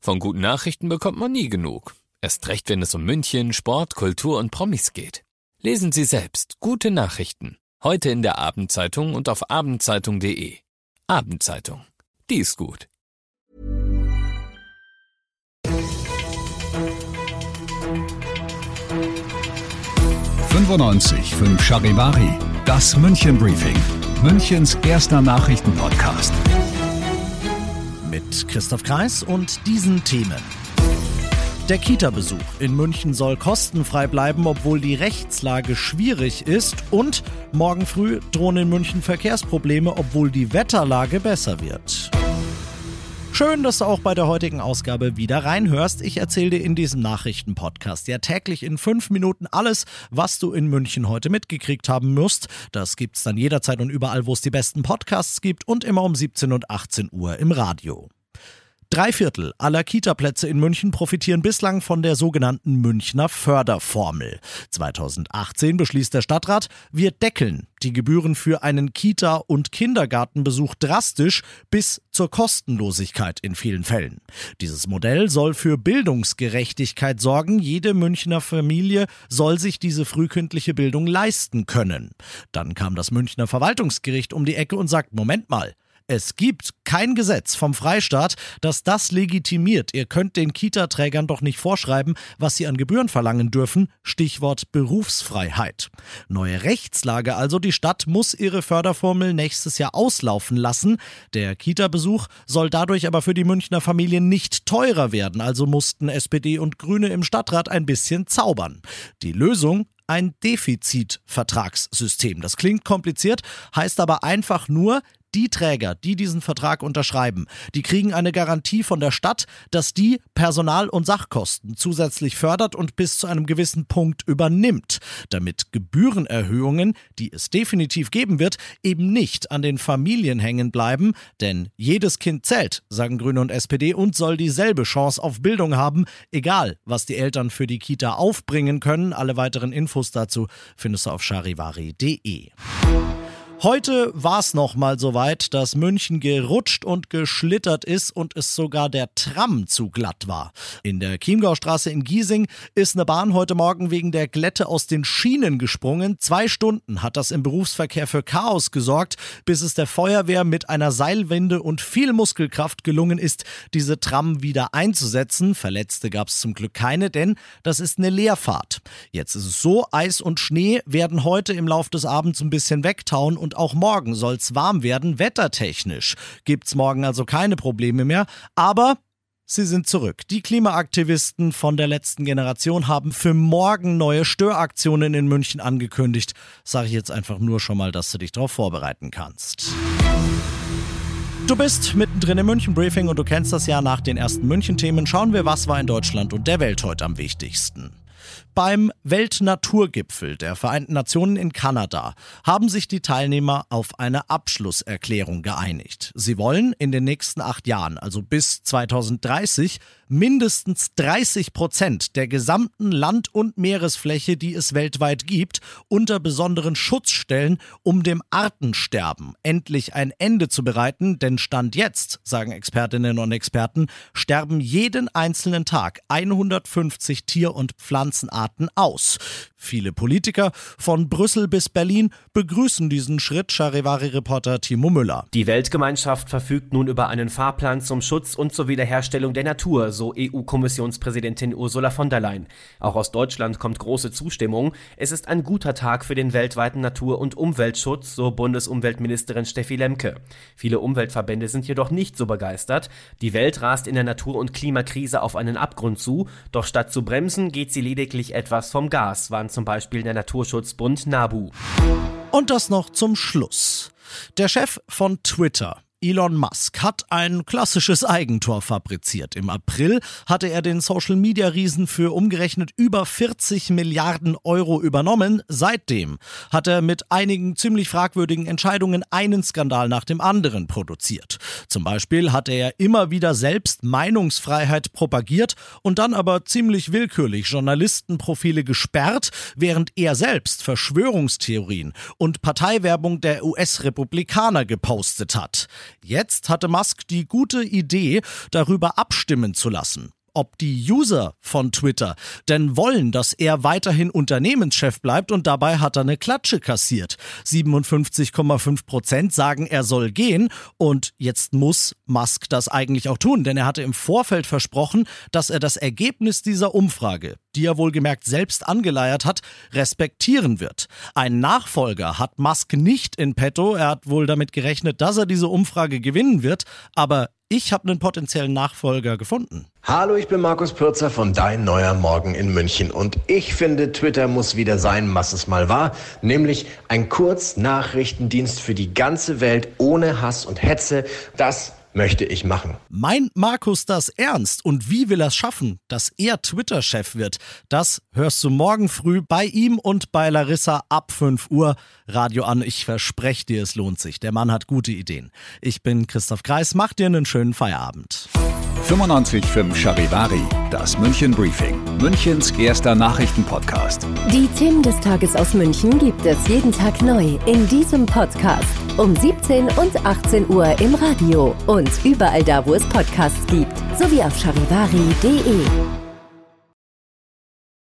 Von guten Nachrichten bekommt man nie genug. Erst recht, wenn es um München, Sport, Kultur und Promis geht. Lesen Sie selbst gute Nachrichten. Heute in der Abendzeitung und auf abendzeitung.de. Abendzeitung. Die ist gut. 95.5 Charivari, das München Briefing, Münchens erster Nachrichtenpodcast. Mit Christoph Kreis und diesen Themen. Der Kita-Besuch in München soll kostenfrei bleiben, obwohl die Rechtslage schwierig ist. Und morgen früh drohen in München Verkehrsprobleme, obwohl die Wetterlage besser wird. Schön, dass du auch bei der heutigen Ausgabe wieder reinhörst. Ich erzähle dir in diesem Nachrichtenpodcast ja täglich in 5 Minuten alles, was du in München heute mitgekriegt haben musst. Das gibt's dann jederzeit und überall, wo es die besten Podcasts gibt und immer um 17 und 18 Uhr im Radio. 3/4 aller Kita-Plätze in München profitieren bislang von der sogenannten Münchner Förderformel. 2018 beschließt der Stadtrat, wir deckeln die Gebühren für einen Kita- und Kindergartenbesuch drastisch bis zur Kostenlosigkeit in vielen Fällen. Dieses Modell soll für Bildungsgerechtigkeit sorgen. Jede Münchner Familie soll sich diese frühkindliche Bildung leisten können. Dann kam das Münchner Verwaltungsgericht um die Ecke und sagt, Moment mal, es gibt kein Gesetz vom Freistaat, das das legitimiert. Ihr könnt den Kita-Trägern doch nicht vorschreiben, was sie an Gebühren verlangen dürfen. Stichwort Berufsfreiheit. Neue Rechtslage also. Die Stadt muss ihre Förderformel nächstes Jahr auslaufen lassen. Der Kita-Besuch soll dadurch aber für die Münchner Familien nicht teurer werden. Also mussten SPD und Grüne im Stadtrat ein bisschen zaubern. Die Lösung? Ein Defizitvertragssystem. Das klingt kompliziert, heißt aber einfach nur, die Träger, die diesen Vertrag unterschreiben, die kriegen eine Garantie von der Stadt, dass die Personal- und Sachkosten zusätzlich fördert und bis zu einem gewissen Punkt übernimmt, damit Gebührenerhöhungen, die es definitiv geben wird, eben nicht an den Familien hängen bleiben, denn jedes Kind zählt, sagen Grüne und SPD, und soll dieselbe Chance auf Bildung haben, egal was die Eltern für die Kita aufbringen können. Alle weiteren Infos dazu findest du auf charivari.de. Heute war es nochmal soweit, dass München gerutscht und geschlittert ist und es sogar der Tram zu glatt war. In der Chiemgaustraße in Giesing ist eine Bahn heute Morgen wegen der Glätte aus den Schienen gesprungen. 2 Stunden hat das im Berufsverkehr für Chaos gesorgt, bis es der Feuerwehr mit einer Seilwinde und viel Muskelkraft gelungen ist, diese Tram wieder einzusetzen. Verletzte gab es zum Glück keine, denn das ist eine Leerfahrt. Jetzt ist es so, Eis und Schnee werden heute im Laufe des Abends ein bisschen wegtauen und auch morgen soll es warm werden. Wettertechnisch gibt's morgen also keine Probleme mehr, aber sie sind zurück. Die Klimaaktivisten von der letzten Generation haben für morgen neue Störaktionen in München angekündigt. Sage ich jetzt einfach nur schon mal, dass du dich darauf vorbereiten kannst. Du bist mittendrin im München-Briefing und du kennst das ja. Nach den ersten München-Themen schauen wir, was war in Deutschland und der Welt heute am wichtigsten. Beim Weltnaturgipfel der Vereinten Nationen in Kanada haben sich die Teilnehmer auf eine Abschlusserklärung geeinigt. Sie wollen in den nächsten 8 Jahren, also bis 2030, mindestens 30% der gesamten Land- und Meeresfläche, die es weltweit gibt, unter besonderen Schutz stellen, um dem Artensterben endlich ein Ende zu bereiten. Denn Stand jetzt, sagen Expertinnen und Experten, sterben jeden einzelnen Tag 150 Tier- und Pflanzenarten aus. Viele Politiker von Brüssel bis Berlin begrüßen diesen Schritt, Charivari-Reporter Timo Müller. Die Weltgemeinschaft verfügt nun über einen Fahrplan zum Schutz und zur Wiederherstellung der Natur, so EU-Kommissionspräsidentin Ursula von der Leyen. Auch aus Deutschland kommt große Zustimmung. Es ist ein guter Tag für den weltweiten Natur- und Umweltschutz, so Bundesumweltministerin Steffi Lemke. Viele Umweltverbände sind jedoch nicht so begeistert. Die Welt rast in der Natur- und Klimakrise auf einen Abgrund zu, doch statt zu bremsen, geht sie lediglich etwas vom Gas, waren zum Beispiel der Naturschutzbund NABU. Und das noch zum Schluss. Der Chef von Twitter, Elon Musk, hat ein klassisches Eigentor fabriziert. Im April hatte er den Social-Media-Riesen für umgerechnet über 40 Milliarden Euro übernommen. Seitdem hat er mit einigen ziemlich fragwürdigen Entscheidungen einen Skandal nach dem anderen produziert. Zum Beispiel hat er immer wieder selbst Meinungsfreiheit propagiert und dann aber ziemlich willkürlich Journalistenprofile gesperrt, während er selbst Verschwörungstheorien und Parteiwerbung der US-Republikaner gepostet hat. Jetzt hatte Musk die gute Idee, darüber abstimmen zu lassen. Ob die User von Twitter denn wollen, dass er weiterhin Unternehmenschef bleibt, und dabei hat er eine Klatsche kassiert. 57,5% sagen, er soll gehen, und jetzt muss Musk das eigentlich auch tun, denn er hatte im Vorfeld versprochen, dass er das Ergebnis dieser Umfrage, die er wohlgemerkt selbst angeleiert hat, respektieren wird. Ein Nachfolger hat Musk nicht in petto, er hat wohl damit gerechnet, dass er diese Umfrage gewinnen wird, aber ich habe einen potenziellen Nachfolger gefunden. Hallo, ich bin Markus Pürzer von Dein Neuer Morgen in München und ich finde, Twitter muss wieder sein, was es mal war, nämlich ein Kurznachrichtendienst für die ganze Welt ohne Hass und Hetze. Das möchte ich machen. Meint Markus das ernst? Und wie will er es schaffen, dass er Twitter-Chef wird? Das hörst du morgen früh bei ihm und bei Larissa ab 5 Uhr. Radio an, ich verspreche dir, es lohnt sich. Der Mann hat gute Ideen. Ich bin Christoph Kreis, mach dir einen schönen Feierabend. 95.5 Charivari, das München Briefing, Münchens erster Nachrichtenpodcast. Die Themen des Tages aus München gibt es jeden Tag neu in diesem Podcast. Um 17 und 18 Uhr im Radio und überall da, wo es Podcasts gibt. Sowie auf charivari.de.